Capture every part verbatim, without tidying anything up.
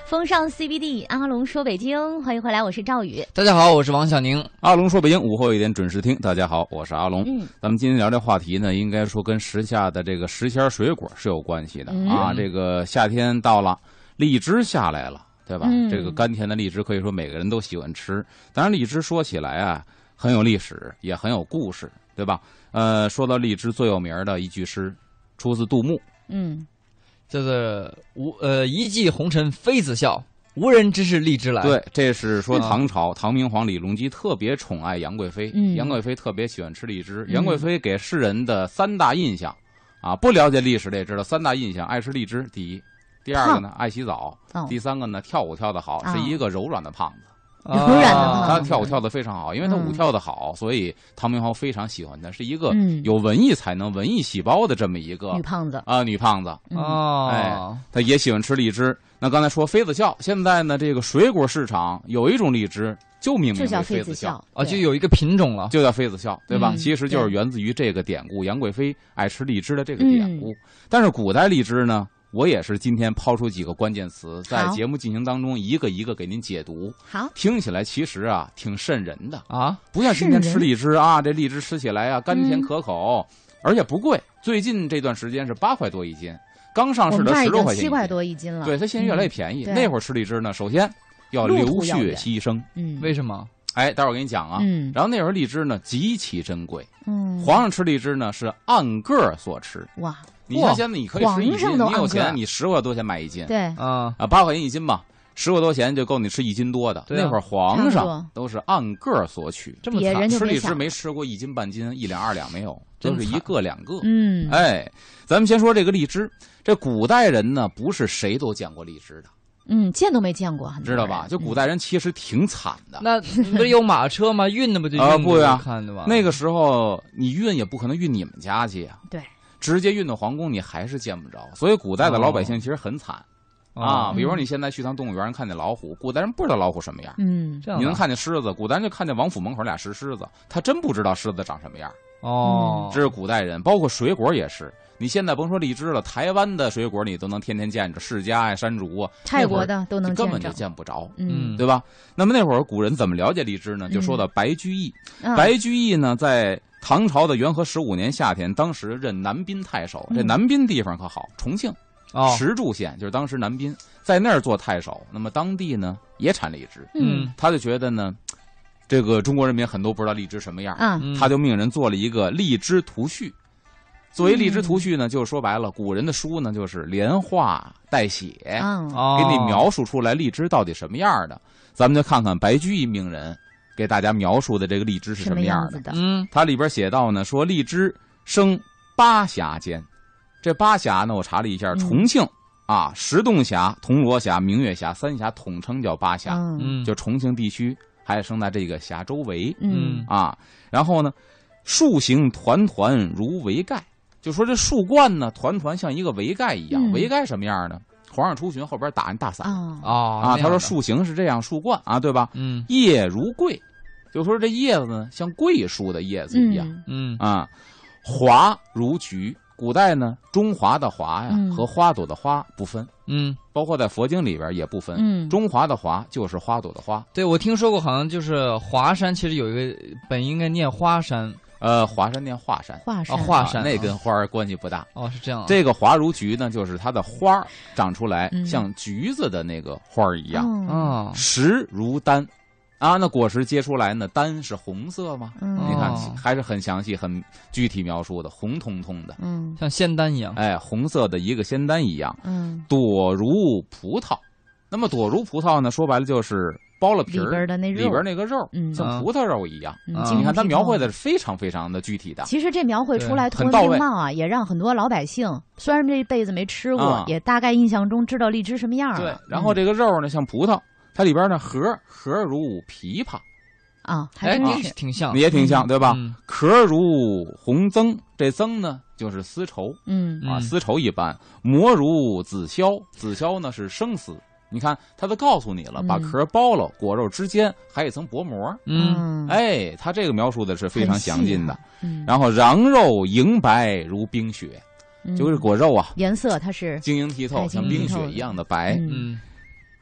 风尚 C B D， 阿龙说北京，欢迎回来，我是赵宇。 大家好，我是王小宁。 阿龙说北京，午后一点准时听。大家好，我是阿龙。 嗯， 咱们今天聊这话题呢，应该说跟时下的这个时鲜水果是有关系的、 嗯、 啊。这个夏天到了，荔枝下来了，对吧、嗯？这个甘甜的荔枝可以说每个人都喜欢吃。当然，荔枝说起来啊，很有历史，也很有故事，对吧？呃，说到荔枝最有名的一句诗，出自杜牧。 嗯。 这个无呃一骑红尘妃子笑，无人知是荔枝来。 对，这是说唐朝、嗯、唐明皇李隆基特别宠爱杨贵妃，嗯、杨贵妃特别喜欢吃荔枝。嗯、杨贵妃给世人的三大印象，啊，不了解历史的也知道三大印象：爱吃荔枝，第一；第二个呢，爱洗澡；哦、第三个呢，跳舞跳得好，是一个柔软的胖子。 柔软的胖子， 他跳舞跳得非常好，因为他舞跳得好，嗯、所以唐明皇非常喜欢他，是一个有文艺才能、文艺细胞的这么一个女胖子啊，女胖子哦， 哎，他也喜欢吃荔枝。那刚才说妃子笑，现在呢，这个水果市场有一种荔枝就命名为妃子笑啊，就有一个品种了， 就叫妃子笑，对吧？ 嗯、 其实就是源自于这个典故，杨贵妃爱吃荔枝的这个典故。嗯、但是古代荔枝呢？我也是今天抛出几个关键词，在节目进行当中一个一个给您解读。 好， 听起来其实啊挺瘆人的啊， 不像今天吃荔枝啊，这荔枝吃起来啊甘甜可口，嗯、而且不贵。最近这段时间是八块多一斤，刚上市的十多块钱， 七块多一斤了。 对，它现在越来越便宜。 嗯、 那会儿吃荔枝呢，首先要流血牺牲， 嗯， 为什么？ 哎，待会儿我给你讲啊。 嗯， 然后那会儿荔枝呢极其珍贵， 嗯， 皇上吃荔枝呢是按个所吃。 哇。 你像现在你可以吃一斤，你有钱你十块多钱买一斤， 对啊啊八块钱一斤吧，十块多钱就够你吃一斤多的。那会儿皇上都是按个索取， 这么惨， 吃荔枝没吃过一斤半斤、一两二两没有，都是一个两个。 嗯， 哎，咱们先说这个荔枝，这古代人呢不是谁都见过荔枝的。 嗯，见都没见过， 知道吧？就古代人其实挺惨的。 那不是有马车吗？运的不就运啊？不呀， 看的吧？ 那个时候你运也不可能运你们家去呀。 对。 直接运到皇宫，你还是见不着，所以古代的老百姓其实很惨、 哦、 啊。比如说你现在去趟动物园，看见老虎，古代人不知道老虎什么样， 嗯， 你能看见狮子，古代人就看见王府门口俩石狮子，他真不知道狮子长什么样。 哦， 这是古代人，包括水果也是。你现在甭说荔枝了，台湾的水果你都能天天见着，释迦呀、山竹啊， 泰国的都能见着， 根本就见不着， 嗯， 对吧？那么那会儿古人怎么了解荔枝呢？就说到白居易， 嗯、 白居易呢在唐朝的元和十五年夏天，当时任南滨太守。这南滨地方可好，重庆， 哦， 石柱县就是当时南滨，在那儿做太守。那么当地呢也产荔枝， 嗯， 他就觉得呢，这个中国人民很多不知道荔枝什么样， 嗯， 他就命人做了一个荔枝图序。作为荔枝图序呢，就说白了，古人的书呢就是连画带写， 嗯， 给你描述出来荔枝到底什么样的。咱们就看看白居易命人给大家描述的这个荔枝是什么样的。 的嗯，它里边写到呢，说荔枝生巴峡间。这巴峡呢，我查了一下，重庆、嗯、啊、石洞峡、铜锣峡、明月峡三峡统称叫巴峡， 嗯， 就重庆地区还生在这个峡周围， 嗯啊，然后呢，树形团团如帷盖，就说这树冠呢，团团像一个帷盖一样。 嗯、 帷盖什么样呢？皇上出巡后边打一大伞啊、 哦、 啊，他说树形是这样，树冠啊，对吧？ 嗯， 叶如桂，就说这叶子呢像桂树的叶子一样， 嗯啊，华如菊。古代呢，中华的华呀、 嗯、 和花朵的花不分， 嗯， 包括在佛经里边也不分， 嗯， 中华的华就是花朵的花。 对，我听说过，好像就是华山，其实有一个本应该念花山。 呃，华山念华山， 华山， 哦、华山、 啊、那跟花儿关系不大。 哦，是这样、啊。 这个华如菊呢，就是它的花儿长出来、 嗯、 像橘子的那个花儿一样。 哦， 实如丹，啊，那果实结出来呢，丹是红色吗？ 嗯， 你看还是很详细、很具体描述的，红彤彤的， 嗯， 像仙丹一样。 哎，红色的一个仙丹一样。 嗯， 朵如葡萄，那么朵如葡萄呢，说白了就是。剥了皮儿， 里边的那肉， 里边那个肉， 嗯， 像葡萄肉一样。 嗯， 你看它描绘的是非常非常的具体的。 其实这描绘出来图文并茂啊，也让很多老百姓虽然这辈子没吃过， 啊、 也大概印象中知道荔枝什么样了。 对，然后这个肉呢像葡萄，它里边呢核核如枇杷， 啊，还真是挺像， 也挺像，对吧？ 嗯、 壳如红增，这增呢就是丝绸， 嗯啊，丝绸一般。膜如紫霄，紫霄呢是生丝。你看，他都告诉你了，把壳剥了，果肉之间还有一层薄膜。 嗯， 哎，他这个描述的是非常详尽的。 嗯， 然后瓤肉莹白如冰雪， 嗯、 就是果肉啊， 颜色它是晶莹剔透，像冰雪一样的白。 嗯，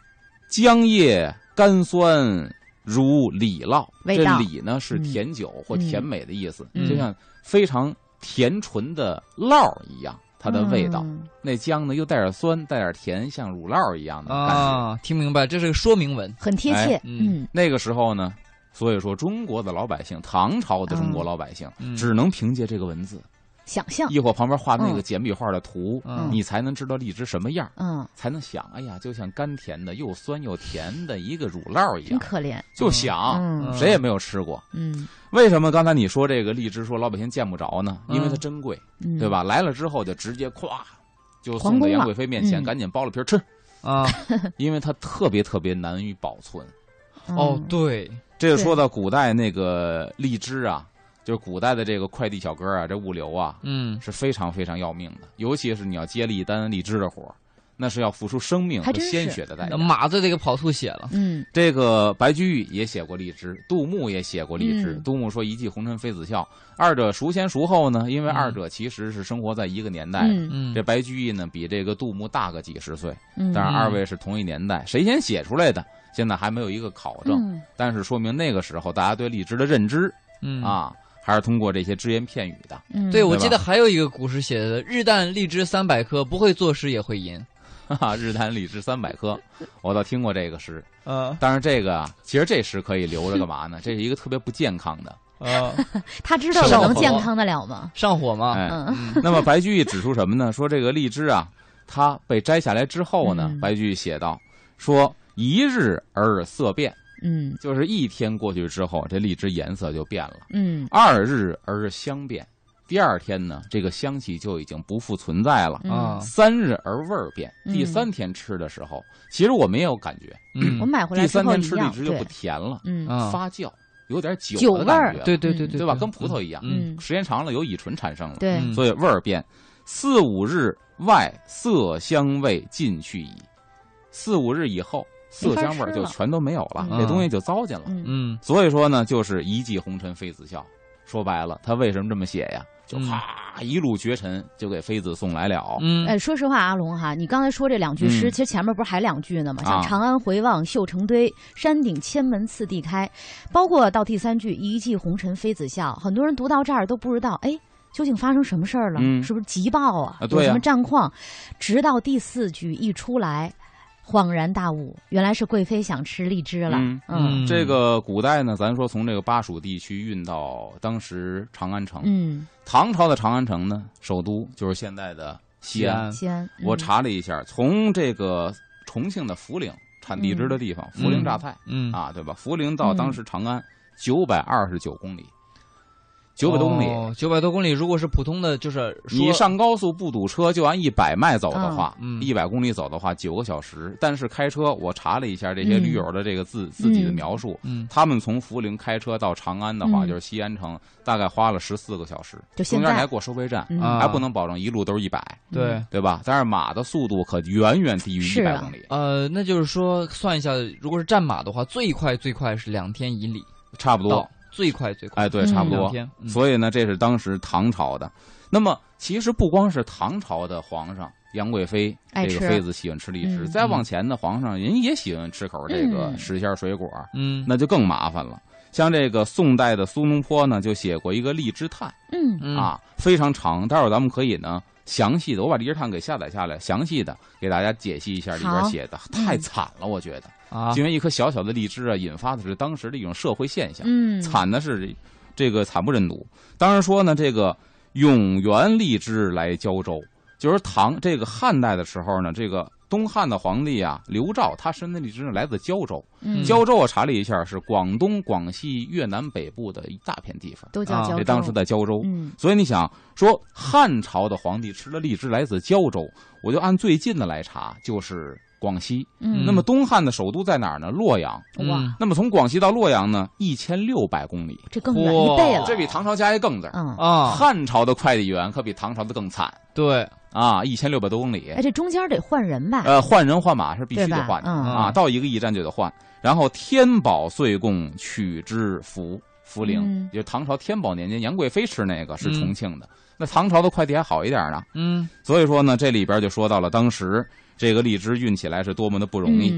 浆液甘酸如李酪，这李呢是甜酒、嗯、或甜美的意思、嗯，就像非常甜纯的酪一样。它的味道、嗯，那姜呢又带点酸，带点甜，像乳酪一样的感觉。 啊，听明白，这是个说明文， 很贴切。 哎、嗯，那个时候呢，所以说中国的老百姓，唐朝的中国老百姓，嗯、只能凭借这个文字想象， 一会儿旁边画那个简笔画的图、 嗯， 你才能知道荔枝什么样， 嗯， 才能想，哎呀，就像甘甜的又酸又甜的一个乳酪一样， 真可怜。 就想、 嗯， 谁也没有吃过， 嗯。 为什么刚才你说这个荔枝说老百姓见不着呢？因为它珍贵， 嗯、 对吧？来了之后就直接咵就送到杨贵妃面前， 嗯、 赶紧剥了皮吃啊， 因为它特别特别难于保存。 哦，对， 这就说到古代那个荔枝啊，就是古代的这个快递小哥啊，这物流啊， 嗯， 是非常非常要命的，尤其是你要接了一单荔枝的活，那是要付出生命和鲜血的代价。 马子这个跑吐血了。 嗯， 这个白居易也写过荔枝，杜牧也写过荔枝。 嗯、 杜牧说“一骑红尘妃子笑”，二者孰先孰后呢？因为二者其实是生活在一个年代。 嗯， 这白居易呢比这个杜牧大个几十岁， 嗯、 但是二位是同一年代，谁先写出来的，现在还没有一个考证。 嗯、 但是说明那个时候大家对荔枝的认知， 嗯啊，还是通过这些只言片语的。 嗯， 对，我记得还有一个古诗写的“日啖荔枝三百颗，不会作诗也会吟”。 哈，日啖荔枝三百颗，我倒听过这个诗。 呃， 但是这个啊，其实这诗可以留着干嘛呢？这是一个特别不健康的。 呃， 他知道我能健康得了吗？ 上火吗？ 哎、 嗯。 那么白居易指出什么呢？说这个荔枝啊，它被摘下来之后呢， 嗯、 白居易写道说一日而色变。 嗯， 就是一天过去之后，这荔枝颜色就变了。 嗯。 二日而香变。第二天呢，这个香气就已经不复存在了啊。 三日而味儿变， 嗯、 第三天吃的时候，其实我们也有感觉。 嗯， 我买回来第三天吃荔枝就不甜了， 嗯， 发酵，有点酒酒的感觉。 对对对对， 对吧？跟葡萄一样， 嗯， 时间长了有乙醇产生了， 对， 所以味儿变。四五日外色香味尽去矣，四五日以后，色香味就全都没有了， 嗯、 这东西就糟践了。 嗯， 所以说呢，就是一骑红尘妃子笑。说白了，他为什么这么写呀？就哈、嗯、一路绝尘就给妃子送来了。 嗯， 哎，说实话，阿龙哈，你刚才说这两句诗，嗯、其实前面不是还两句呢吗？像长安回望绣成堆，啊、山顶千门次第开，包括到第三句一骑红尘妃子笑，很多人读到这儿都不知道，哎，究竟发生什么事儿了？ 嗯、 是不是急报啊？ 啊对啊， 有什么战况？直到第四句一出来。恍然大悟，原来是贵妃想吃荔枝了。 嗯， 嗯这个古代呢，咱说从这个巴蜀地区运到当时长安城。 嗯， 唐朝的长安城呢，首都就是现在的西安。 西安，嗯、 我查了一下，从这个重庆的涪陵产荔枝的地方， 嗯、 涪陵榨菜， 嗯啊，对吧？涪陵到当时长安九百二十九公里。九百多公里， 九百、哦、多公里。如果是普通的，就是你上高速不堵车，就按一百迈走的话， 嗯， 一百公里走的话，九个小时。但是开车，我查了一下这些驴友的这个自、 嗯、 自己的描述， 嗯， 他们从涪陵开车到长安的话， 嗯、 就是西安城，大概花了十四个小时， 就中间还过收费站， 嗯、 还不能保证一路都是一百， 对对吧？但是马的速度可远远低于一百公里。 啊、 呃，那就是说，算一下，如果是战马的话，最快最快是两天一里， 差不多。 最快最快， 哎，对，差不多。 嗯、 所以呢，这是当时唐朝的。那么，其实不光是唐朝的皇上杨贵妃这个妃子喜欢吃荔枝， 嗯、 再往前的皇上人也喜欢吃口这个时鲜水果， 嗯， 那就更麻烦了。像这个宋代的苏东坡呢，就写过一个荔枝叹， 嗯啊，非常长。待会儿咱们可以呢详细的，我把荔枝叹给下载下来，详细的给大家解析一下里边写的，太惨了，我觉得。 啊， 因为一颗小小的荔枝啊，引发的是当时的一种社会现象， 嗯， 惨的是这个惨不忍睹。当然说呢，这个永元荔枝来交州，就是唐这个汉代的时候呢，这个东汉的皇帝啊刘肇，他生的荔枝来自胶州。 嗯， 胶州我查了一下，是广东、广西、越南北部的一大片地方， 都叫胶州。 这当时在胶州， 嗯， 所以你想说汉朝的皇帝吃的荔枝来自胶州，我就按最近的来查，就是广西。 嗯， 那么东汉的首都在哪儿呢？洛阳。 哇， 那么从广西到洛阳呢，一千六百公里， 这更远一倍了。 这比唐朝加一更字。 嗯啊， 汉朝的快递员可比唐朝的更惨。 对啊，一千六百多公里。 哎，这中间得换人吧？ 呃，换人换马是必须得换的、 嗯、 啊，到一个驿站就得换。然后天宝岁贡取之涪涪陵， 嗯、 就是唐朝天宝年间杨贵妃吃那个是重庆的。嗯、那唐朝的快递还好一点呢。 嗯， 所以说呢，这里边就说到了当时这个荔枝运起来是多么的不容易。 嗯、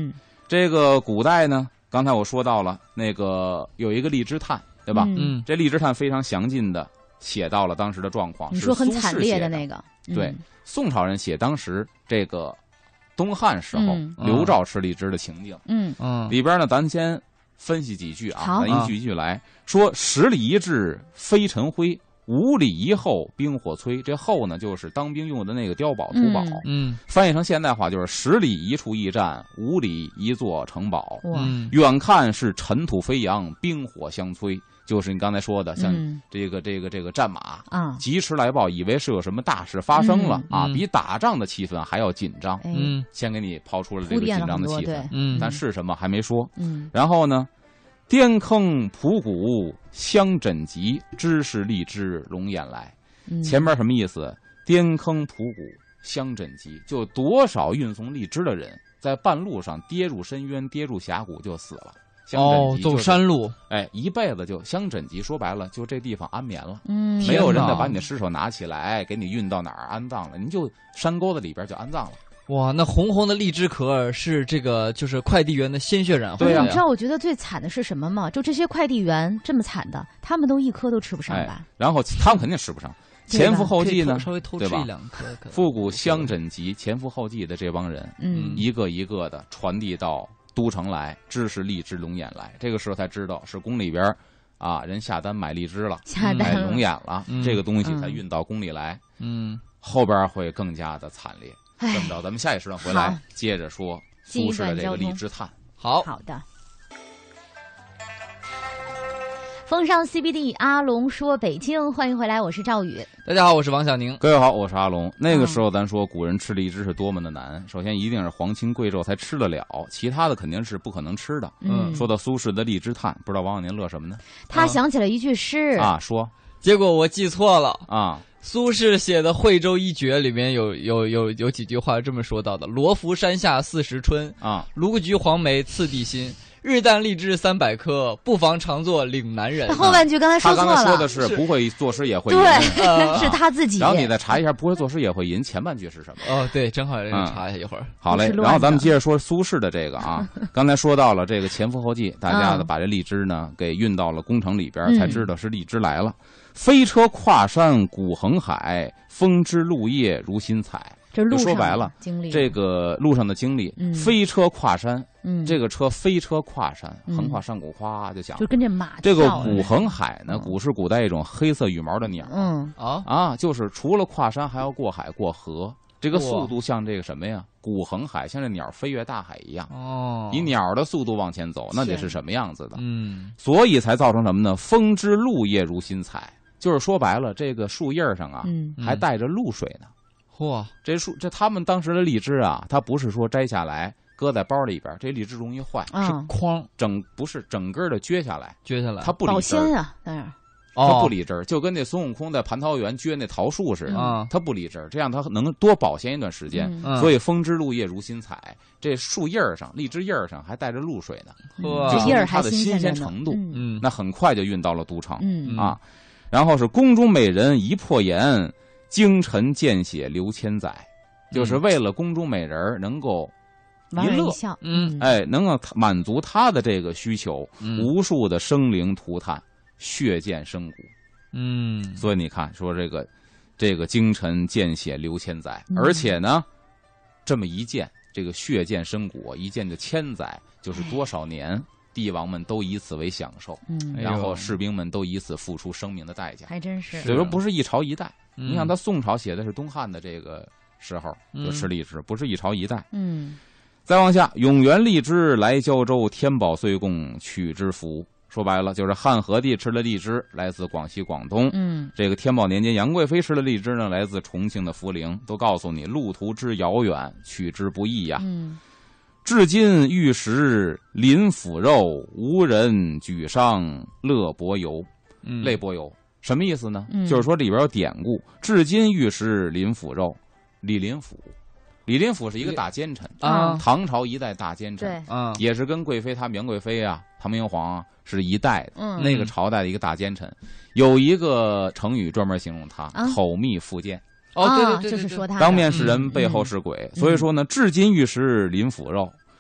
这个古代呢，刚才我说到了那个有一个荔枝叹，对吧？ 嗯， 这荔枝叹非常详尽的写到了当时的状况。 你说很惨烈的那个， 嗯、对，宋朝人写当时这个东汉时候、嗯、刘兆吃荔枝的情景。 嗯嗯， 里边呢，咱先分析几句啊，咱一句一句来、啊、说：十里一至飞尘灰。五里一后，冰火摧。这后呢，就是当兵用的那个碉堡、土堡。 嗯， 翻译成现代话就是十里一处驿站，五里一座城堡。 嗯， 远看是尘土飞扬，冰火相摧。就是你刚才说的，像这个、嗯、这个这个战马啊， 疾驰来报，以为是有什么大事发生了、 嗯、 啊，比打仗的气氛还要紧张。 嗯， 先给你抛出了这个紧张的气氛。 嗯， 但是什么还没说。 嗯， 然后呢？颠坑蒲谷香枕藉，知是荔枝龙眼来。 嗯、 前面什么意思？颠坑蒲谷香枕藉，就多少运送荔枝的人在半路上跌入深渊、跌入峡谷就死了。 哦，走山路， 哎，一辈子就香枕藉，说白了就这地方安眠了。 嗯， 没有人再把你的尸首拿起来给你运到哪儿安葬了，您就山沟子里边就安葬了。 哇，那红红的荔枝壳是这个，就是快递员的鲜血染红的。 对呀、啊， 你知道我觉得最惨的是什么吗？就这些快递员这么惨的，他们都一颗都吃不上吧？ 哎、然后他们肯定吃不上。前赴后继呢， 稍微偷吃一两颗。 复古香枕藉，前赴后继的这帮人， 嗯， 一个一个的传递到都城来，知是荔枝龙眼来。这个时候才知道是宫里边啊，人下单买荔枝了， 下单买龙眼了， 嗯、 这个东西才运到宫里来。 嗯， 后边会更加的惨烈。这么着，咱们下一时段回来接着说苏轼的这个荔枝叹。 好好的。风尚 C B D， 阿龙说北京，欢迎回来，我是赵宇。 大家好，我是王小宁。 各位好，我是阿龙。那个时候咱说古人吃荔枝是多么的难，首先一定是皇亲贵胄才吃得了，其他的肯定是不可能吃的。 嗯， 说到苏轼的荔枝叹，不知道王小宁乐什么呢？ 他想起了一句诗啊，说， 结果我记错了啊。 苏轼写的《惠州一绝》里面有有有有几句话这么说到的：罗浮山下四时春啊， 卢橘黄梅次第新，日啖荔枝三百颗，不妨常作岭南人。 他后半句刚才说错了， 他刚才说的是不会作诗也会吟， 对，呃、是他自己。 然后你再查一下，不会作诗也会吟前半句是什么？ 哦，对，正好查一下一会儿。 嗯、好嘞，然后咱们接着说苏轼的这个啊，刚才说到了这个前赴后继，大家呢把这荔枝呢给运到了宫城里边，才知道是荔枝来了。嗯，飞车跨山古横海，风枝露叶如新彩。 这路上说白了，这个路上的经历， 嗯、 飞车跨山， 嗯， 这个车飞车跨山， 嗯、 横跨山谷，哗就响， 就跟这马。 这个古横海呢，古是古代一种黑色羽毛的鸟， 嗯啊啊，就是除了跨山，还要过海过河，这个速度像这个什么呀？古横海，像这鸟飞越大海一样， 哦， 以鸟的速度往前走，那得是什么样子的？ 嗯， 所以才造成什么呢？风枝露叶如新彩。就是说白了，这个树叶上啊， 嗯、 还带着露水呢。 嚯、嗯， 这树这他们当时的荔枝啊，它不是说摘下来搁在包里边，这荔枝容易坏， 嗯、 是筐整不是整根的撅下来， 撅下来， 它不理保鲜啊，当然， 它不理枝儿，就跟那孙悟空在蟠桃园撅那桃树似的， 嗯、 它不理枝儿，这样它能多保鲜一段时间。 嗯、 所以风枝露叶如新彩，这树叶上、荔枝叶上还带着露水呢， 嗯、 这叶儿它的新鲜程度， 嗯， 那很快就运到了都城， 嗯啊。然后是宫中美人一破颜，京城见血流千载，就是为了宫中美人能够一乐， 嗯， 哎，能够满足他的这个需求， 嗯、 无数的生灵涂炭，血溅深谷， 嗯， 所以你看，说这个这个京城见血流千载， 嗯、 而且呢，这么一见，这个血溅深谷，一见就千载，就是多少年。帝王们都以此为享受， 嗯， 然后士兵们都以此付出生命的代价， 还真是。 所以说不是一朝一代。 嗯、 你想，他宋朝写的是东汉的这个时候就吃荔枝，不是一朝一代。 嗯， 再往下，永元荔枝来胶州，天宝岁贡取之福。说白了，就是汉和帝吃了荔枝，来自广西、广东。 嗯， 这个天宝年间，杨贵妃吃了荔枝呢，来自重庆的涪陵。都告诉你，路途之遥远，取之不易呀。 嗯。 至今欲食林腐肉，无人举上乐伯游。 嗯， 类伯游什么意思呢？ 嗯、 就是说里边有典故。至今欲食林腐肉，李林甫，李林甫是一个大奸臣啊， 唐朝一代大奸臣， 对， 啊， 也是跟贵妃他们杨贵妃啊、唐明皇啊是一代的， 嗯， 那个朝代的一个大奸臣。有一个成语专门形容他， 啊、 口蜜腹剑。 哦，对对对， 就是说他当面是人，背后是鬼。 嗯、 所以说呢，至今欲食林腐肉。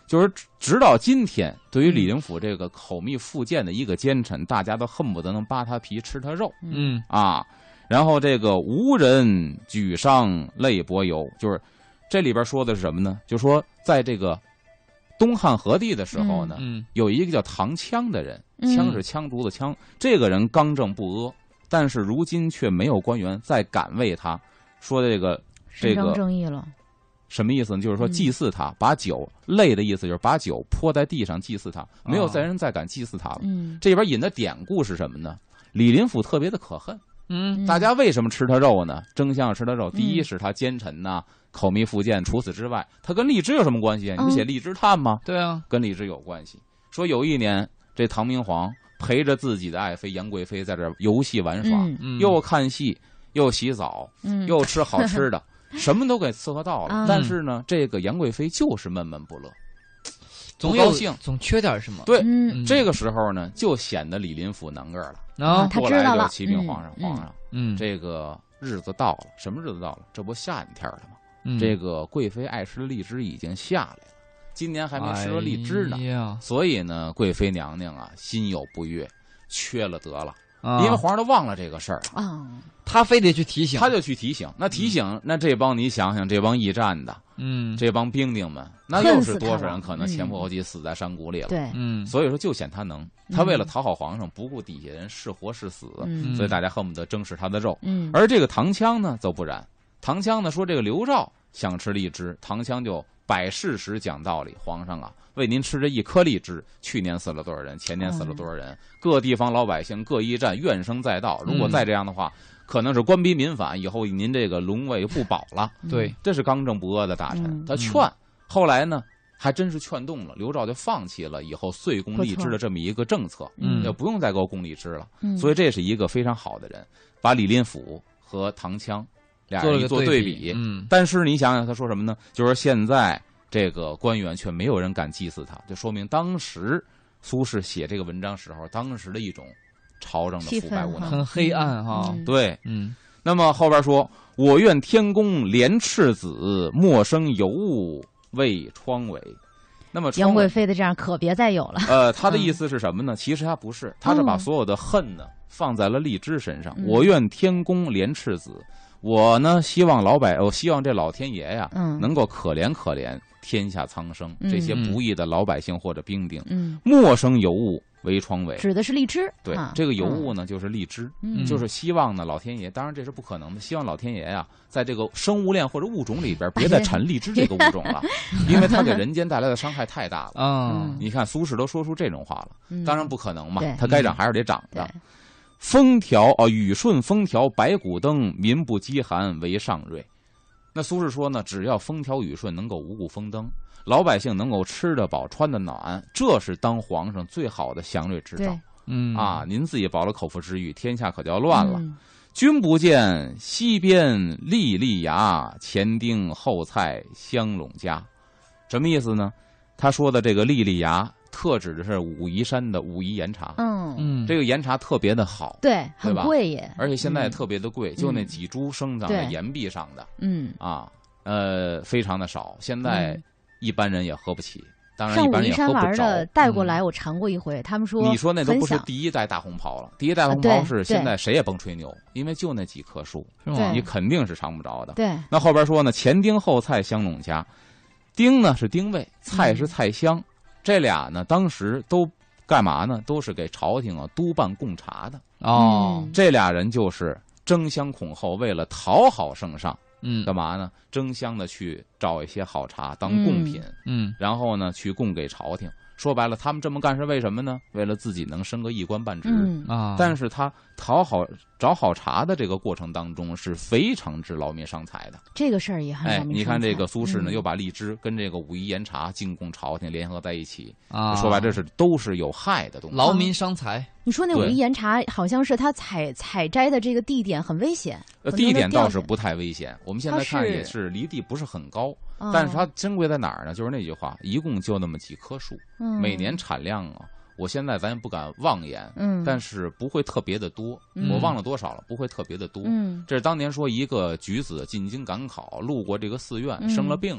就是直到今天，对于李林甫这个口蜜腹剑的一个奸臣，大家都恨不得能扒他皮吃他肉。 嗯啊，然后这个无人举觞泪薄游，就是这里边说的是什么呢？就说在这个东汉和帝的时候呢， 嗯， 有一个叫唐羌的人， 嗯羌是羌族的羌，这个人刚正不阿，但是如今却没有官员再敢为他说这个这伸张个正义了。 什么意思呢？就是说嗯祭祀他，把酒泪的意思就是把酒泼在地上祭祀他，没有再人再敢祭祀他了。 嗯， 这里边引的典故是什么呢？李林甫特别的可恨。 嗯， 大家为什么吃他肉呢？争相吃他肉， 嗯第一是他奸臣呐、口蜜腹剑。除此之外，他跟荔枝有什么关系啊？你不写《荔枝探》吗？ 对啊， 跟荔枝有关系。说有一年，这唐明皇陪着自己的爱妃杨贵妃在这儿游戏玩耍， 嗯嗯又看戏，又洗澡， 嗯又吃好吃的，什么都给伺候到了。 嗯但是呢，这个杨贵妃就是闷闷不乐， 总有不高兴总缺点什么。 对， 嗯这个时候呢，就显得李林甫能个儿了。 啊， 他过来知道了就启禀皇上， 嗯皇上， 嗯， 这个日子到了，什么日子到了？这不夏天了吗？ 嗯这个贵妃爱吃的荔枝已经下来了，今年还没吃着荔枝呢， 哎呀所以呢，贵妃娘娘啊，心有不悦，缺了德了， 啊因为皇上都忘了这个事儿了， 啊， 他非得去提醒， 他就去提醒。那提醒，那这帮你想想，这帮驿站的， 嗯， 这帮兵丁们，那恨又是多死他了少人可能前仆后继死在山谷里了？ 对， 嗯， 所以说就显他能，他为了讨好皇上，不顾底下人是活是死， 嗯所以大家恨不得争食他的肉。 嗯， 而这个唐羌呢，则不然。唐羌呢说这个刘肇想吃荔枝，唐羌就摆事实讲道理。皇上啊，为您吃这一颗荔枝，去年死了多少人，前年死了多少人，各地方老百姓各驿站怨声载道。如果再这样的话，可能是官逼民反，以后您这个龙位不保了。 对， 这是刚正不阿的大臣， 嗯他劝。后来呢，还真是劝动了刘肇，就放弃了以后岁贡荔枝的这么一个政策， 嗯就不用再给我供荔枝了。 嗯所以这是一个非常好的人，把李林甫和唐羌俩做了个人一做对比。 嗯， 但是你想想，他说什么呢？就是现在这个官员却没有人敢祭祀他，就说明当时苏轼写这个文章时候，当时的一种朝政的腐败无能。 很黑暗哈， 嗯对， 嗯， 那么后边说：“我愿天公怜赤子，莫生尤物为窗尾。”那么杨贵窗尾， 妃的这样可别再有了。 呃，他的意思是什么呢？其实他不是，他是把所有的恨呢放在了荔枝身上。 嗯我愿天公怜赤子，我呢希望老百，我希望这老天爷呀， 嗯能够可怜可怜天下苍生嗯这些不义的老百姓或者兵丁， 嗯， 莫生尤物为窗尾。 指的是荔枝。 对啊， 这个尤物呢，就是荔枝。 嗯， 就是希望呢，老天爷，当然这是不可能的。希望老天爷呀、在这个生物链或者物种里边，别再产荔枝这个物种了，因为它给人间带来的伤害太大了。 啊嗯， 你看苏轼都说出这种话了， 嗯当然不可能嘛对， 它该长还是得长对的。风调啊，雨顺风调，百谷登，民不饥寒为上瑞。那苏轼说呢，只要风调雨顺，能够五谷丰登，老百姓能够吃得饱、穿得暖，这是当皇上最好的祥瑞之兆。 对， 嗯啊，您自己饱了口腹之欲，天下可就要乱了。 嗯君不见西边粒粒芽，前丁后菜香垄家。什么意思呢？他说的这个粒粒芽，特指的是武夷山的武夷岩茶。 嗯， 嗯， 这个岩茶特别的好， 对，很对吧贵耶。 而且现在也特别的贵，就那嗯几株生长在对岩壁上的嗯， 啊，呃，非常的少。现在嗯一般人也喝不起，当然上武一般人也夷山玩喝不着。 的带过来，我尝过一回，他们说你说那都不是很响第一代大红袍了，第一代大红啊对袍是现在谁也甭吹牛，因为就那几棵树， 是吗对？ 你肯定是尝不着的。 对， 那后边说呢，前丁后菜香垄家，丁呢是丁味，菜嗯是菜香，这俩呢当时都干嘛呢？都是给朝廷啊督办贡茶的。 哦， 嗯这俩人就是争相恐后，为了讨好圣上， 嗯干嘛呢？争相的去找一些好茶当贡品， 嗯然后呢去供给朝廷。说白了，他们这么干是为什么呢？为了自己能升个一官半职。 嗯啊， 但是他讨好找好茶的这个过程当中是非常之劳民伤财的。 这个事儿也很哎劳，民你看伤财这个苏轼呢， 嗯又把荔枝跟这个武夷岩茶进贡朝廷联合在一起， 啊， 说白这是都是有害的东西。 劳民伤财， 你说那武对夷岩茶好像是它采采摘的这个地点很危险， 呃， 很多地点都掉下倒是不太危险，我们现在它是看也是离地不是很高， 哦但是它珍贵在哪儿呢？就是那句话，一共就那么几棵树， 嗯每年产量啊，我现在咱也不敢妄言， 嗯， 但是不会特别的多， 嗯我忘了多少了，不会特别的多。 嗯这是当年说一个举子进京赶考，路过这个寺院， 嗯生了病了，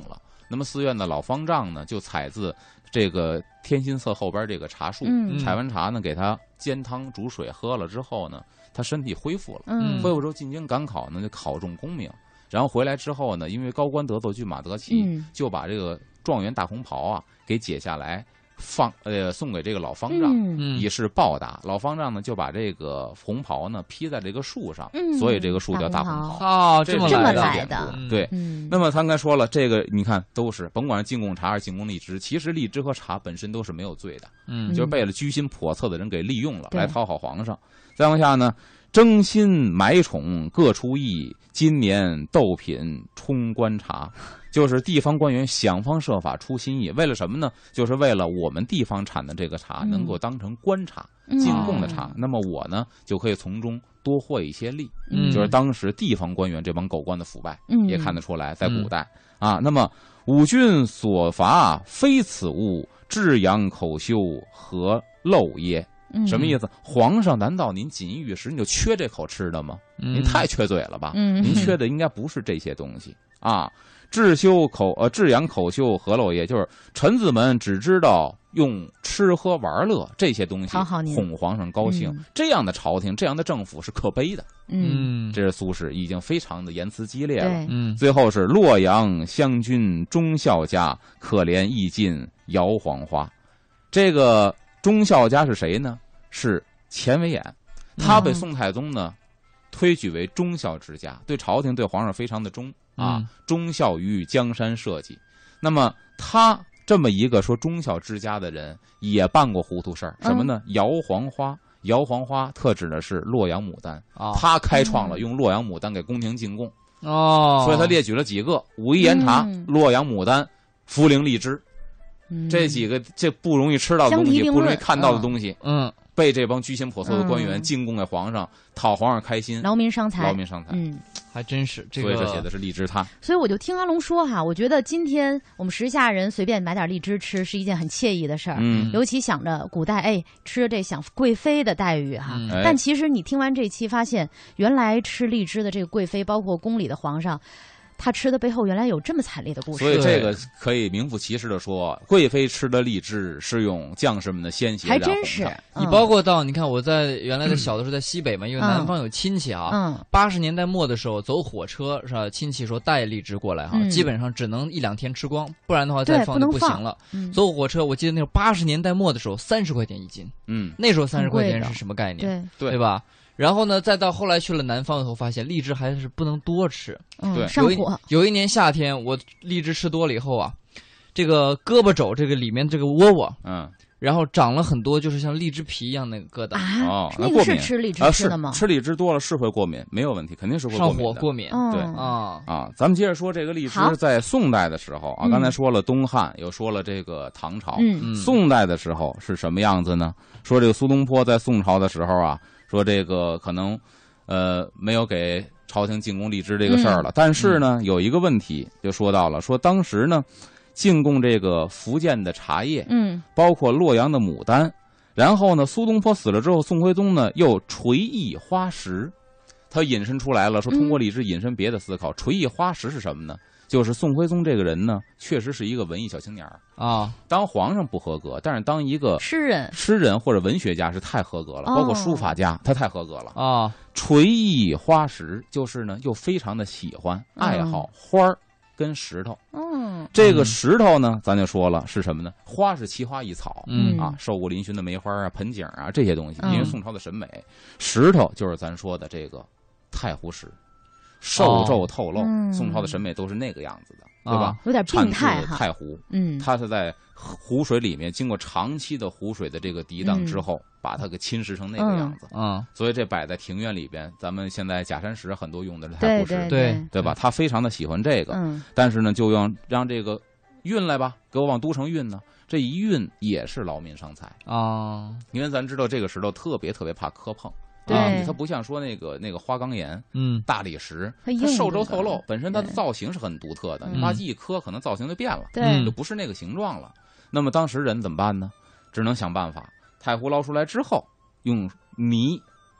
那么寺院的老方丈呢，就采自这个天心寺后边这个茶树， 嗯、 采完茶呢，给他煎汤煮水喝了之后呢，他身体恢复了， 嗯、 恢复之后进京赶考呢，就考中功名。然后回来之后呢，因为高官得奏骏马得骑， 嗯、就把这个状元大红袍啊给解下来放呃送给这个老方丈， 嗯、 以示报答。老方丈呢就把这个红袍呢披在这个树上， 嗯、 所以这个树叫大红袍。 哦，这么来的， 来的对。 嗯、 那么咱刚才说了，这个你看都是甭管是进贡茶还是进贡荔枝，其实荔枝和茶本身都是没有罪的， 嗯， 就是被了居心叵测的人给利用了，来讨好皇上。再往下呢，争心买宠各出意，今年斗品充官茶，就是地方官员想方设法出新意，为了什么呢？就是为了我们地方产的这个茶能够当成官茶、嗯、进贡的茶、嗯，那么我呢就可以从中多获一些利。嗯，就是当时地方官员这帮狗官的腐败，嗯、也看得出来，在古代、嗯、啊。那么吾君所伐非此物，至阳口羞何陋耶？什么意思？皇上，难道您锦衣玉食你就缺这口吃的吗？嗯、您太缺嘴了吧？嗯、您缺的应该不是这些东西啊！治修口呃，治养口修何陋耶？就是臣子们只知道用吃喝玩乐这些东西哄皇上高兴，嗯、这样的朝廷，这样的政府是可悲的。 嗯， 这是苏轼已经非常的言辞激烈了。 嗯， 最后是洛阳湘君忠孝家，可怜意尽摇黄花。这个忠孝家是谁呢？是钱维演，他被宋太宗呢、嗯、推举为忠孝之家，对朝廷对皇上非常的忠啊， 嗯、 忠孝于江山社稷。那么他这么一个说忠孝之家的人，也办过糊涂事儿，什么呢？摇黄花。摇黄花特指的是洛阳牡丹， 哦、 他开创了用洛阳牡丹给宫廷进贡哦， 所以他列举了几个：武夷岩茶、 嗯、 洛阳牡丹、茯苓荔枝。 嗯、 这几个这不容易吃到的东西，不容易看到的东西， 嗯， 被这帮居心叵测的官员进贡给皇上，讨皇上开心， 劳民伤财， 劳民伤财， 嗯， 还真是这个。 所以这写的是荔枝汤。 所以我就听阿龙说哈，我觉得今天我们时下人随便买点荔枝吃是一件很惬意的事儿， 嗯， 尤其想着古代哎吃这享贵妃的待遇哈， 嗯、 但其实你听完这期发现，原来吃荔枝的这个贵妃，包括宫里的皇上。他吃的背后原来有这么惨烈的故事， 所以这个可以名副其实的说，贵妃吃的荔枝是用将士们的鲜血还真是。 嗯、你包括到你看我在原来的小的时候在西北嘛，嗯、因为南方有亲戚啊， 嗯， 八十年代末的时候走火车是吧？亲戚说带荔枝过来哈， 嗯、 基本上只能一两天吃光，不然的话再放就不行了。 嗯、 走火车，我记得那时候八十年代末的时候，三十块钱一斤， 嗯， 那时候三十块钱是什么概念？ 对对吧？然后呢，再到后来去了南方以后，发现荔枝还是不能多吃。 嗯， 对， 上火。 有一年夏天，我荔枝吃多了以后啊，这个胳膊肘这个里面这个窝窝， 嗯， 然后长了很多，就是像荔枝皮一样那个疙瘩啊。 哦， 那个是吃荔枝吃的吗？ 啊、吃荔枝多了是会过敏，没有问题，肯定是会过敏的上火过敏。 哦、 对啊啊，咱们接着说这个荔枝，在宋代的时候啊，刚才说了东汉，又说了这个唐朝， 嗯， 宋代的时候是什么样子呢？说这个苏东坡在宋朝的时候啊，说这个可能。呃，没有给朝廷进贡荔枝这个事儿了， 嗯、 但是呢，有一个问题就说到了，说当时呢，进贡这个福建的茶叶， 嗯， 包括洛阳的牡丹，然后呢，苏东坡死了之后，宋徽宗呢又垂意花石，他引申出来了，说通过荔枝引申别的思考，嗯、垂意花石是什么呢？就是宋徽宗这个人呢，确实是一个文艺小青年啊。 当皇上不合格，但是当一个诗人、 诗人或者文学家是太合格了， 哦、 包括书法家，他太合格了啊。 垂意花石就是呢，又非常的喜欢、 嗯、 爱好花儿跟石头。 嗯， 这个石头呢，咱就说了是什么呢？花是奇花异草， 嗯啊，瘦骨嶙峋的梅花啊、盆景啊这些东西， 嗯、 因为宋朝的审美，石头就是咱说的这个太湖石。瘦皱透露， 哦、 宋朝的审美都是那个样子的，嗯、对吧？ 有点病态哈。太湖， 嗯， 它是在湖水里面经过长期的湖水的这个涤荡之后，嗯、把它给侵蚀成那个样子。 嗯， 所以这摆在庭院里边，咱们现在假山石很多用的是太湖石， 对对对, 对, 对吧？他非常的喜欢这个， 嗯， 但是呢，就让让这个运来吧，给我往都城运呢。这一运也是劳民伤财啊， 因为咱知道这个石头特别特别怕磕碰。 对、 啊，它不像说那个那个花岗岩， 嗯， 大理石， 它瘦皱透露，本身它的造型是很独特的，你吧唧一磕，可能造型就变了， 对， 就不是那个形状了。那么当时人怎么办呢？只能想办法。太湖捞出来之后，用泥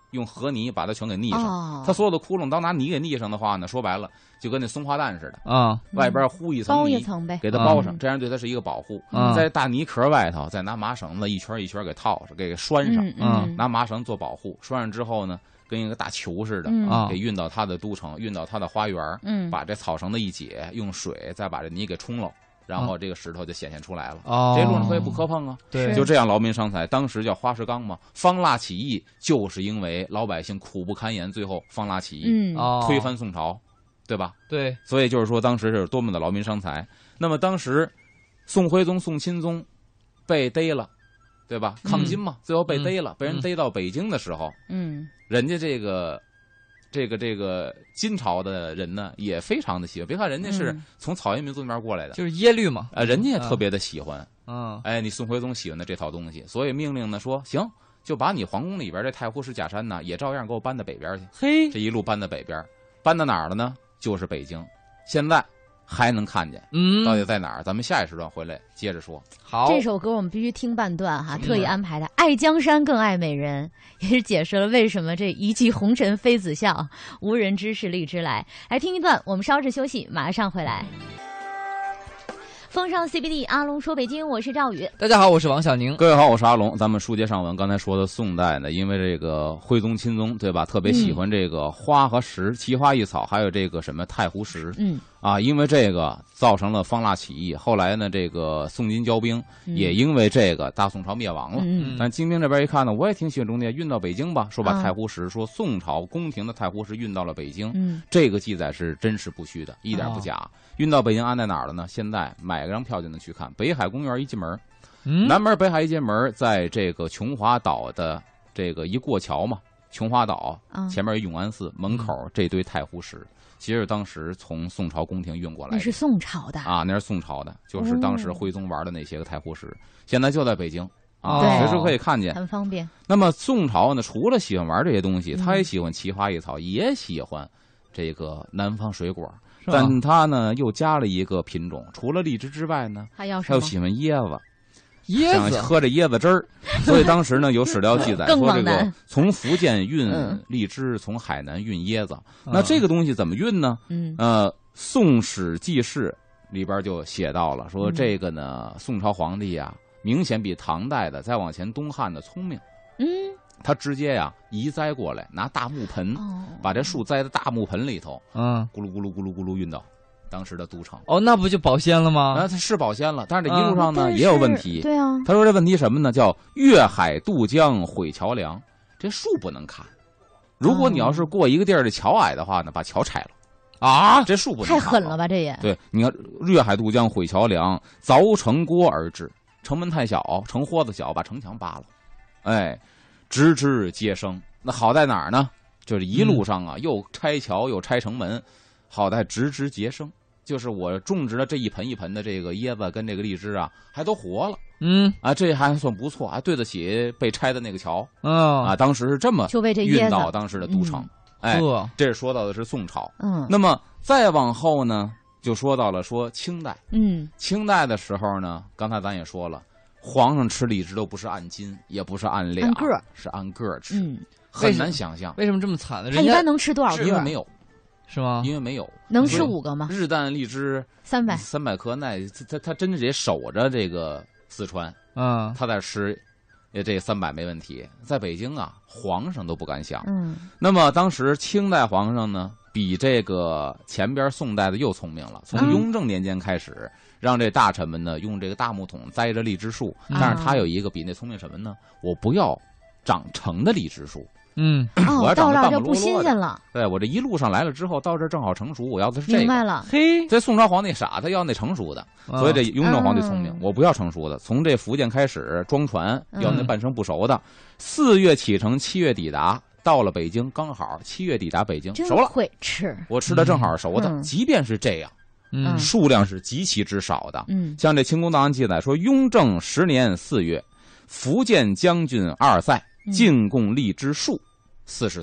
用河泥把它全给腻上。 哦、 它所有的窟窿，当拿泥给腻上的话呢，说白了就跟那松花蛋似的啊， 外边糊一层泥， 包一层呗， 给它包上，这样对它是一个保护。 嗯、 在大泥壳外头，再拿麻绳子一圈一圈给套上，给拴上， 嗯嗯、 拿麻绳做保护。拴上之后呢，跟一个大球似的， 嗯、 给运到它的都城，运到它的花园， 嗯、 把这草绳子一解，用水再把这泥给冲了。然后这个石头就显现出来了， 哦、 这路上可以不磕碰啊。 对， 就这样劳民伤财。当时叫花石纲嘛，方腊起义就是因为老百姓苦不堪言，最后方腊起义， 嗯， 推翻宋朝，对吧？ 对， 所以就是说当时是多么的劳民伤财。那么当时宋徽宗、宋钦宗被逮了，对吧？抗金嘛，嗯、最后被逮了，嗯、被人逮到北京的时候， 嗯， 人家这个。这个这个金朝的人呢，也非常的喜欢。别看人家是从草原民族那边过来的， 嗯、就是耶律嘛， 呃，人家也特别的喜欢。 嗯， 哎，你宋徽宗喜欢的这套东西，所以命令呢说，行，就把你皇宫里边这太湖石假山呢，也照样给我搬到北边去。 嘿， 这一路搬到北边，搬到哪儿了呢？就是北京。现在还能看见， 嗯， 到底在哪儿？咱们下一时段回来接着说。 好， 这首歌我们必须听半段哈，特意安排的。爱江山更爱美人，也是解释了为什么这一骑红尘妃子笑，无人知是荔枝来。来听一段，我们稍事休息，马上回来。风尚 C B D， 阿龙说北京，我是赵宇。 大家好，我是王小宁。 各位好，我是阿龙。咱们书接上文，刚才说的宋代呢，因为这个徽宗、钦宗，对吧？特别喜欢这个花和石，奇花异草，还有这个什么太湖石。 嗯。 啊，因为这个造成了方腊起义，后来呢，这个宋金交兵也因为这个大宋朝灭亡了。 嗯、 但金兵这边一看呢，我也挺喜欢中间运到北京吧，说把太湖石，啊、说宋朝宫廷的太湖石运到了北京。 嗯， 这个记载是真实不虚的，一点不假。哦、运到北京安在哪儿了呢？现在买个张票就能去看。北海公园一进门， 嗯、 南门北海一进门，在这个琼华岛的这个一过桥嘛，琼华岛、啊、前面有永安寺，门口这堆太湖石。其实当时从宋朝宫廷运过来的， 那是宋朝的啊，那是宋朝的，就是当时徽宗玩的那些个太湖石，哦、现在就在北京啊， 随时可以看见， 很方便。 那么宋朝呢，除了喜欢玩这些东西，他也喜欢奇花异草，嗯、也喜欢这个南方水果，但他呢又加了一个品种，除了荔枝之外呢， 还要什么？他又喜欢椰子。 椰子喝这椰子汁儿，所以当时呢有史料记载说这个从福建运荔枝，嗯、从海南运椰子。嗯、那这个东西怎么运呢？ 嗯， 呃，《宋史纪事》里边就写到了，说这个呢，嗯、宋朝皇帝呀，明显比唐代的再往前东汉的聪明。 嗯， 他直接呀移栽过来，拿大木盆，哦、把这树栽在大木盆里头， 嗯， 咕噜咕噜咕噜咕噜运到当时的都城。 哦，那不就保鲜了吗？ 啊，它是保鲜了，但是这一路上呢、嗯、也有问题。 对啊， 他说这问题什么呢？叫越海渡江毁桥梁，这树不能砍。如果你要是过一个地儿的桥矮的话呢，把桥拆了啊，这树不能砍。 太狠了吧，这也。 对，你看越海渡江毁桥梁，凿城郭而治，城门太小，城豁子小，把城墙扒了，哎，直至皆生。那好在哪儿呢？就是一路上啊，嗯、又拆桥又拆城门，好在直至皆生。就是我种植的这一盆一盆的这个椰子跟这个荔枝啊，还都活了， 嗯啊，这还算不错，还对得起被拆的那个桥， 嗯啊，当时是这么就为这运到当时的都城， 嗯、 哎，这是说到的是宋朝， 嗯， 那么再往后呢，就说到了说清代， 嗯， 清代的时候呢，刚才咱也说了，皇上吃荔枝都不是按斤，也不是按量， 按个是按个吃， 嗯， 很难想象为什么这么惨呢？ 他一般能吃多少个？ 因为没有。 是吗？ 因为没有能吃五个吗？ 日啖荔枝三百三百颗，那他他真得守着这个四川， 嗯， 他在吃，也这三百没问题。在北京啊，皇上都不敢想。 嗯， 那么当时清代皇上呢，比这个前边宋代的又聪明了。从雍正年间开始，嗯、让这大臣们呢用这个大木桶栽着荔枝树， 嗯、 但是他有一个比那聪明什么呢？我不要长成的荔枝树。 嗯， 哦， 我要长得半就不新鲜了。 对，我这一路上来了之后，到这正好成熟，我要的是这个。 明白了， 嘿， 这宋朝皇帝傻，他要那成熟的， 哦、 所以这雍正皇帝聪明， 嗯、 我不要成熟的。从这福建开始装船，要那半生不熟的。四、嗯、月启程，七月抵达，到了北京刚好七月抵达北京，熟了。 会吃， 我吃的正好熟的。 嗯、 即便是这样， 嗯， 数量是极其之少的。 嗯， 像这清宫档案记载说，雍正十年四月，福建将军阿尔塞进贡荔枝树。四十桶，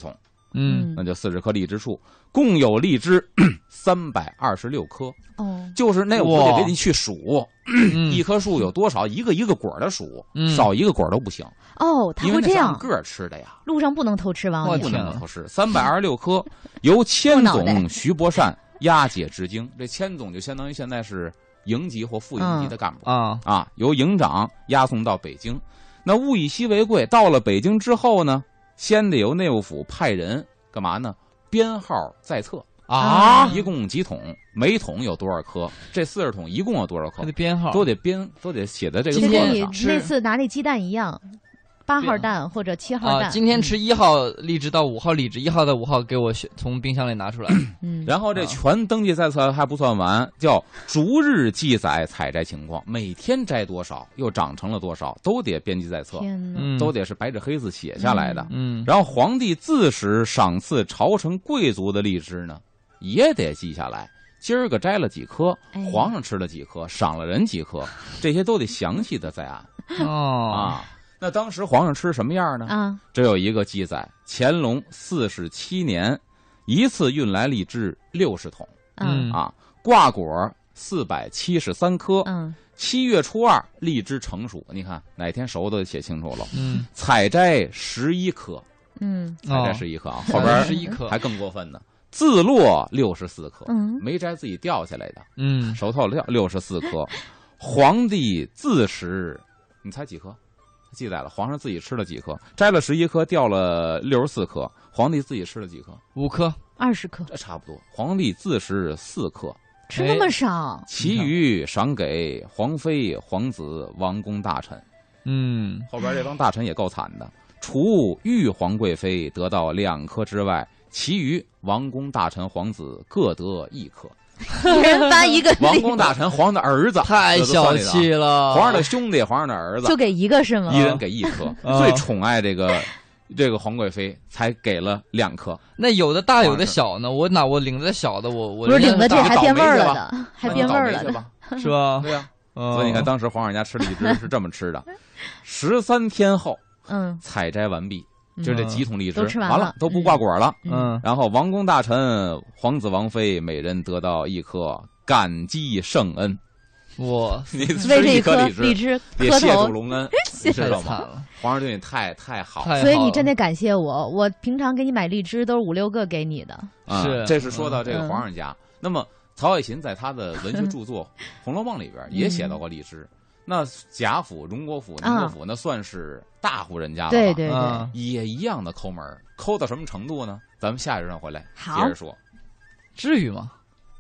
嗯， 那就四十棵荔枝树，共有荔枝三百二十六棵。 哦， 就是那我得给你去数， 嗯、 一棵树有多少，一个一个果的数， 嗯、 少一个果都不行。 哦，他会这样， 个儿吃的呀， 路上不能偷吃王不能偷吃。三百二十六棵，由千总徐伯善押解至京。这千总就相当于现在是营级或副营级的干部、 嗯、 啊啊，由营长押送到北京。那物以稀为贵，到了北京之后呢，先得由内务府派人干嘛呢？编号在册。啊，一共几桶？每桶有多少颗？这四十桶一共有多少颗？ 它的编号都得编，都得写在这个。 就跟你那次拿那鸡蛋一样，八号蛋或者七号蛋。 啊，今天吃一号荔枝到五号荔枝，一号到五号给我从冰箱里拿出来。 嗯， 然后这全登记在册还不算完，叫逐日记载采摘情况，每天摘多少，又长成了多少，都得编辑在册。 天哪， 都得是白纸黑字写下来的。 嗯， 然后皇帝自时赏赐朝臣贵族的荔枝呢，也得记下来，今儿个摘了几颗，皇上吃了几颗，赏了人几颗，这些都得详细的在案。 哦啊，那当时皇上吃什么样呢？ 啊， 这有一个记载：乾隆四十七年，一次运来荔枝六十桶， 嗯啊，挂果四百七十三颗， 嗯， 七月初二荔枝成熟，你看哪天熟都得写清楚了。 嗯， 采摘十一颗， 嗯， 采摘十一颗啊，后边十一颗还更过分呢。自落六十四颗， 嗯， 没摘自己掉下来的， 嗯， 手头掉六十四颗。皇帝自食，你猜几颗？记载了，皇上自己吃了几颗？摘了十一颗，掉了六十四颗。皇帝自己吃了几颗？ 五颗， 二十颗， 这差不多。皇帝自食四颗， 吃那么少， 其余赏给皇妃、皇子、王公大臣。 嗯， 后边这帮大臣也够惨的，除玉皇贵妃得到两颗之外，其余王公大臣、皇子各得一颗。 一人颁一个。 王公大臣，皇上的儿子， 太小气了。 皇上的兄弟，皇上的儿子， 就给一个是吗？ 一人给一颗。最宠爱这个这个皇贵妃，才给了两颗。 那有的大，有的小呢。我哪我领的小的，我我不是领的这还变味儿了的，还变味儿了的， 是吧？ 对呀。所以你看，当时皇上家吃荔枝是这么吃的：十三天后， 嗯， 采摘完毕。就这几桶荔枝、 嗯、都吃完了，都不挂果了。 嗯， 然后王公大臣、皇子、王妃每人得到一颗，感激圣恩。 哇， 你吃一颗荔枝， 也谢主隆恩， 你知道吗？ 皇上对你太太好了， 所以你真得感谢我。我平常给你买荔枝都是五六个给你的。 啊、 是， 这是说到这个皇上家。嗯、那么曹雪芹在他的文学著作《红楼梦》里边也写到过荔枝。嗯，那贾府、荣国府、宁国府，那算是大户人家了吧？ 对对对， 也一样的抠门，抠到什么程度呢？咱们下一站回来接着说。 至于吗？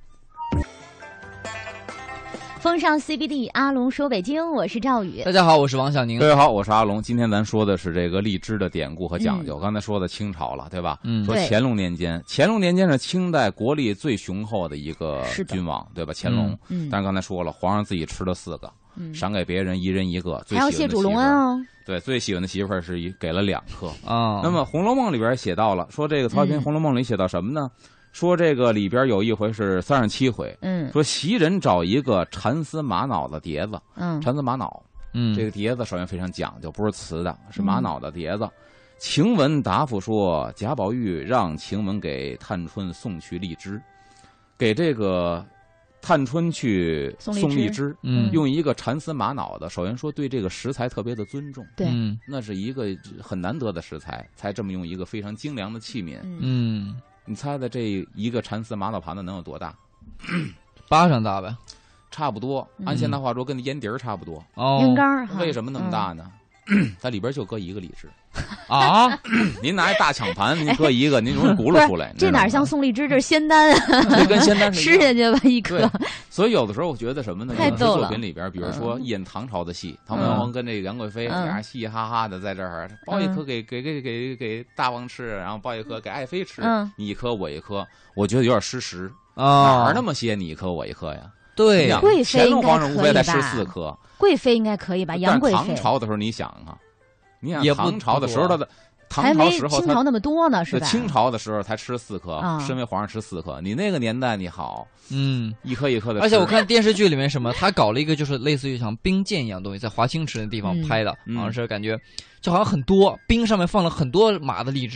风尚 C B D， 阿龙说北京，我是赵宇。 大家好，我是王小宁。 各位好，我是阿龙。今天咱说的是这个荔枝的典故和讲究。嗯、刚才说的清朝了，对吧？ 嗯。 说乾隆年间，乾隆年间是清代国力最雄厚的一个君王，对吧？乾隆。 嗯。 但是刚才说了，皇上自己吃了四个。 嗯， 赏给别人一人一个， 还要谢主隆恩哦。 对，最喜欢的媳妇儿是给了两颗啊。 那么《红楼梦》里边写到了，说这个曹雪芹《红楼梦》里写到什么呢？ 嗯、 说这个里边有一回是三十七回， 嗯， 说袭人找一个蚕丝玛瑙的碟子， 嗯， 蚕丝玛瑙， 嗯， 这个碟子首先非常讲究，不是瓷的，是玛瑙的碟子。嗯、晴雯答复说，贾宝玉让晴雯给探春送去荔枝，给这个。探春去送荔枝， 嗯， 用一个蚕丝玛瑙的，首先说对这个食材特别的尊重， 对， 嗯， 那是一个很难得的食材，才这么用一个非常精良的器皿， 嗯， 你猜的这一个蚕丝玛瑙盘子能有多大？ 巴掌大呗， 差不多，按现代话说跟那烟碟儿差不多。 哦， 烟杆为什么那么大呢？它里边就搁一个荔枝啊！ 您拿一大抢盘，您搁一个，您容易轱辘出来。 这哪像送荔枝，这是仙丹啊！ 这跟仙丹是吃下去吧一颗。 所以有的时候我觉得什么呢？ 太逗了。 作品里边，比如说演唐朝的戏，唐明皇跟这个杨贵妃俩人嘻嘻哈哈的在这儿，包一颗给给给给给大王吃，然后包一颗给爱妃吃，你一颗我一颗，我觉得有点失实啊。哪儿那么些你一颗我一颗呀？ 对呀， 贵妃乾隆皇上无非才吃四颗。 贵妃应该可以吧？杨贵妃。 唐朝的时候，你想啊，你想也唐朝的时候，他的唐朝时候清朝那么多呢，是吧？ 清朝的时候才吃四颗， 啊、 身为皇上吃四颗。你那个年代你好， 嗯， 一颗一颗的吃。 而且我看电视剧里面什么，他搞了一个就是类似于像冰剑一样东西，在华清池那地方拍的， 嗯、 好像是感觉就好像很多冰上面放了很多码的荔枝。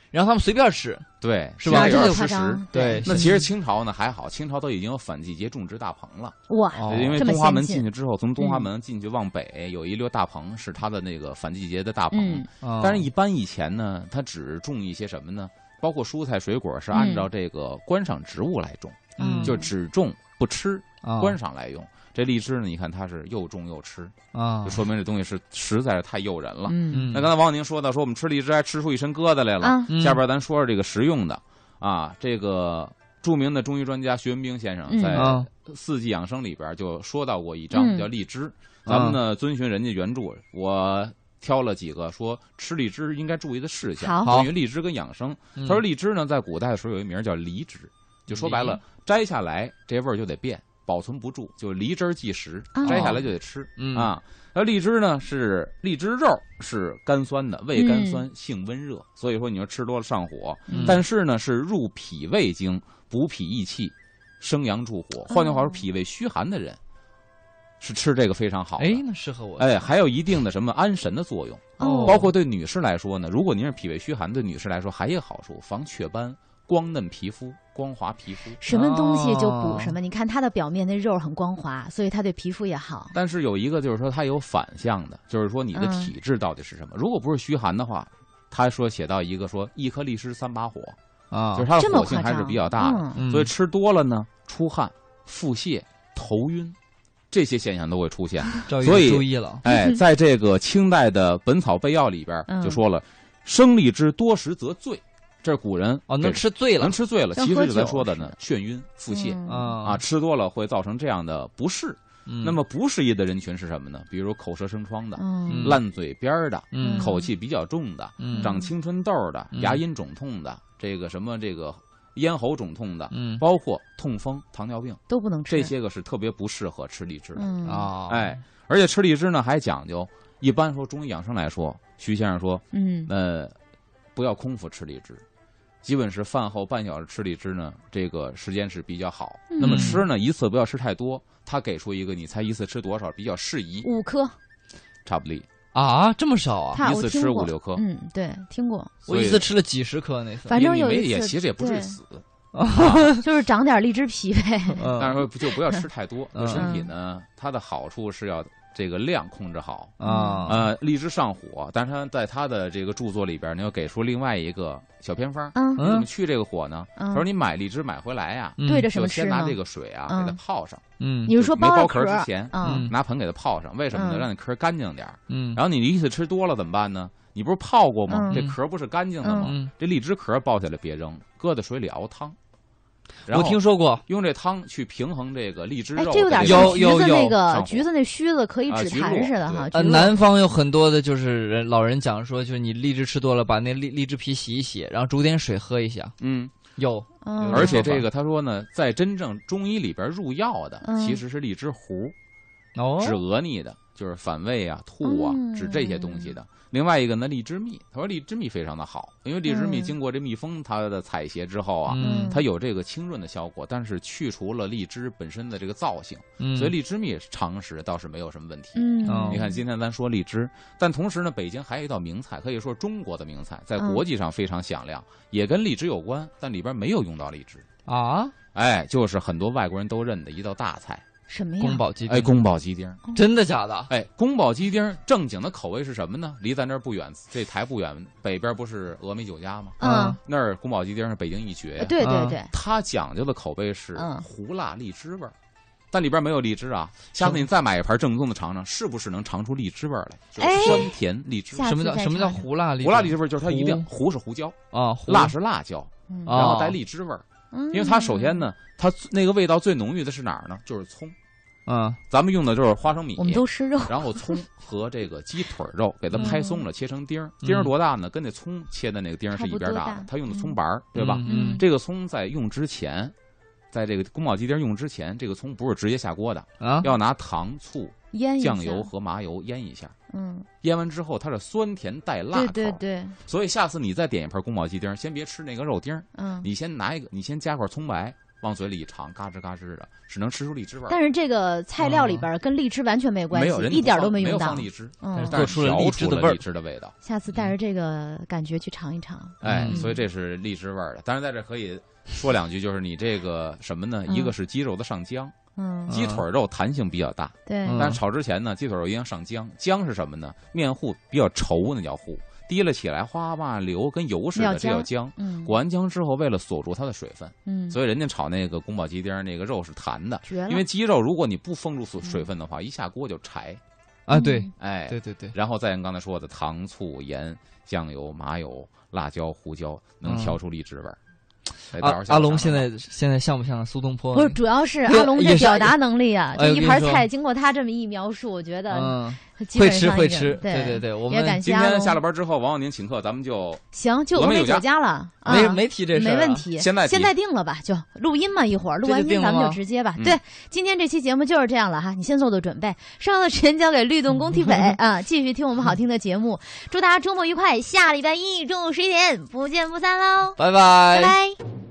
然后他们随便吃， 对， 是吧？ 这个吃食。 对， 那其实清朝呢还好，清朝都已经有反季节种植大棚了。 哇， 因为东华门进去之后，从东华门进去往北有一溜大棚，是它的那个反季节的大棚。 嗯， 但是一般以前呢，它只种一些什么呢？包括蔬菜水果是按照这个观赏植物来种， 嗯， 就只种不吃，观赏来用。这荔枝呢，你看它是又种又吃啊， 就说明这东西是实在是太诱人了。 嗯， 那刚才王宁说到，说我们吃荔枝还吃出一身疙瘩来了。 啊、 下边咱说说这个实用的啊，这个著名的中医专家徐文兵先生在《四季养生》里边就说到过一章、嗯、叫荔枝。咱们呢遵循人家原著，我挑了几个说吃荔枝应该注意的事项，关于荔枝跟养生。他说荔枝呢，在古代的时候有一名叫梨枝，就说白了，摘下来这味儿就得变。保存不住，就离汁即食，摘下来就得吃、 哦、 啊。那荔枝呢是荔枝肉是甘酸的，味甘酸，嗯、性温热，所以说你说吃多了上火。嗯、但是呢是入脾胃经，补脾益气，生阳助火。换句话说，脾胃虚寒的人是吃这个非常好的。 哎，那适合我。 哎，还有一定的什么安神的作用。 哦， 包括对女士来说呢，如果您是脾胃虚寒，对女士来说还有一个好处，防雀斑。光嫩皮肤，光滑皮肤， 什么东西就补什么。哦、你看它的表面那肉很光滑，所以它对皮肤也好。 但是有一个就是说，它有反向的，就是说你的体质到底是什么。嗯、如果不是虚寒的话，他说写到一个说一颗荔枝三把火啊，就是它的火性还是比较大的， 嗯、 所以吃多了呢，出汗、腹泻、头晕。这些现象都会出现，所以注意了。 哎，在这个清代的《本草备要》里边就说了，嗯、生荔枝多食则醉。这是古人哦，能吃醉了， 能吃醉了。其实就咱说的呢，眩晕、腹泻、 嗯、 啊，吃多了会造成这样的不适。嗯、那么不适宜的人群是什么呢？比如口舌生疮的、 嗯、 烂嘴边的、 嗯、 口气比较重的、 嗯、 长青春痘的、嗯、牙龈肿痛的、这个什么这个咽喉肿痛的， 嗯、 包括痛风、糖尿病都不能吃。 这些个是特别不适合吃荔枝的啊、 哦。 哎，而且吃荔枝呢还讲究，一般说中医养生来说，徐先生说， 嗯， 呃，不要空腹吃荔枝。基本是饭后半小时吃荔枝呢，这个时间是比较好。 嗯、 那么吃呢，一次不要吃太多。他给出一个，你猜一次吃多少比较适宜？ 五颗， 差不离啊，这么少啊？ 一次吃五六颗。 嗯，对，听过。 我一次吃了几十颗那次。 反正有一次也其实也不至于死， 啊、就是长点荔枝皮呗。 但是说就不要吃太多，对身体呢，它的好处是要。这个量控制好啊， 呃，荔枝上火，但是他在他的这个著作里边呢，又给出另外一个小偏方， 嗯， 你怎么去这个火呢？ 嗯、 他说你买荔枝买回来呀、 啊，对着什么吃呢？先拿这个水啊， 嗯、 给它泡上， 嗯， 你是说没剥壳之前， 嗯， 拿盆给它泡上，为什么呢？ 嗯、 让那壳干净点嗯， 然后你一次吃多了怎么办呢？你不是泡过吗？ 嗯、 这壳不是干净的吗？ 嗯、 这荔枝壳剥下来别扔，搁在水里熬汤。 我听说过， 用这汤去平衡这个荔枝肉。 哎，这有点像橘子那个橘子那须子可以止痰似的哈。 呃，南方有很多的就是人老人讲说，就是你荔枝吃多了，把那荔荔枝皮洗一洗，然后煮点水喝一下。 嗯， 有。 嗯、 而且这个他说呢，在真正中医里边入药的、 嗯、 其实是荔枝核， 哦， 止额逆的，就是反胃啊、吐啊， 嗯、 止这些东西的。另外一个呢，荔枝蜜，他说荔枝蜜非常的好，因为荔枝蜜经过这蜜蜂它的采撷之后啊， 嗯、 它有这个清润的效果，但是去除了荔枝本身的这个燥性， 嗯、 所以荔枝蜜常识倒是没有什么问题。 嗯， 你看今天咱说荔枝，但同时呢，北京还有一道名菜，可以说中国的名菜，在国际上非常响亮，嗯、也跟荔枝有关，但里边没有用到荔枝啊， 哎，就是很多外国人都认的一道大菜。 什么呀？ 宫保鸡丁。 哎，宫保鸡丁， 真的假的？ 哎，宫保鸡丁正经的口味是什么呢？离咱这儿不远，这台不远，北边不是峨眉酒家吗？ 嗯， 那儿宫保鸡丁是北京一绝呀。 对对对， 它讲究的口味是胡辣荔枝味儿，但里边没有荔枝啊。下次你再买一盘正宗的尝尝，是不是能尝出荔枝味儿来？就是酸甜荔枝。 什么叫什么叫胡辣荔枝？ 胡辣荔枝味儿就是它一定胡是胡椒啊， 辣是辣椒，然后带荔枝味儿。因为它首先呢，它那个味道最浓郁的是哪儿呢？就是葱。 嗯， 咱们用的就是花生米， 我们都吃肉， 然后葱和这个鸡腿肉给它拍松了，嗯、切成丁儿，丁儿多大呢？跟那葱切的那个丁儿是一边大的。它用的葱白儿，对吧？ 嗯， 这个葱在用之前，在这个宫保鸡丁用之前，这个葱不是直接下锅的啊， 要拿糖、醋、 腌酱油和麻油腌一下。 嗯， 腌完之后它是酸甜带辣口。 对对对。 所以下次你再点一盘宫保鸡丁，先别吃那个肉丁儿， 嗯， 你先拿一个，你先加块葱白。 往嘴里一尝，嘎吱嘎吱的，是能吃出荔枝味儿。 但是这个菜料里边跟荔枝完全没有关系， 没有人一点都没用到。 没有放荔枝， 嗯， 但是做出了荔枝的味儿， 荔枝的味道。 下次带着这个感觉去尝一尝。 哎， 嗯、 所以这是荔枝味儿的。当然，在这可以说两句，就是你这个什么呢？嗯、一个是鸡肉的上浆。 嗯， 鸡腿肉弹性比较大， 对， 但是炒之前呢，鸡腿肉一定上浆。浆是什么呢？面糊比较稠，那叫糊，滴了起来哗哗流，跟油似的，这叫浆。 嗯， 裹完浆之后，为了锁住它的水分， 嗯， 所以人家炒那个宫保鸡丁那个肉是弹的， 绝了。 因为鸡肉如果你不封住水分的话，嗯、一下锅就柴。 啊，对， 哎， 对对对。 然后再按刚才说的糖、醋、盐、酱油、麻油、辣椒、胡椒，能调出荔枝味儿。 嗯、阿阿龙现在现在像不像苏东坡？ 不是，主要是阿龙这表达能力啊！这一盘菜经过他这么一描述，我觉得嗯， 会吃会吃。 对对对对，我们今天下了班之后，王小宁请客，咱们就行，就峨眉酒家了， 没没提这事， 没问题。 现在现在定了吧？就录音嘛，一会儿录完音咱们就直接吧。对，今天这期节目就是这样了哈，你先做做准备，稍后的时间交给律动工体委啊，继续听我们好听的节目。祝大家周末愉快，下礼拜一中午十一点不见不散喽！ 拜拜， 拜拜。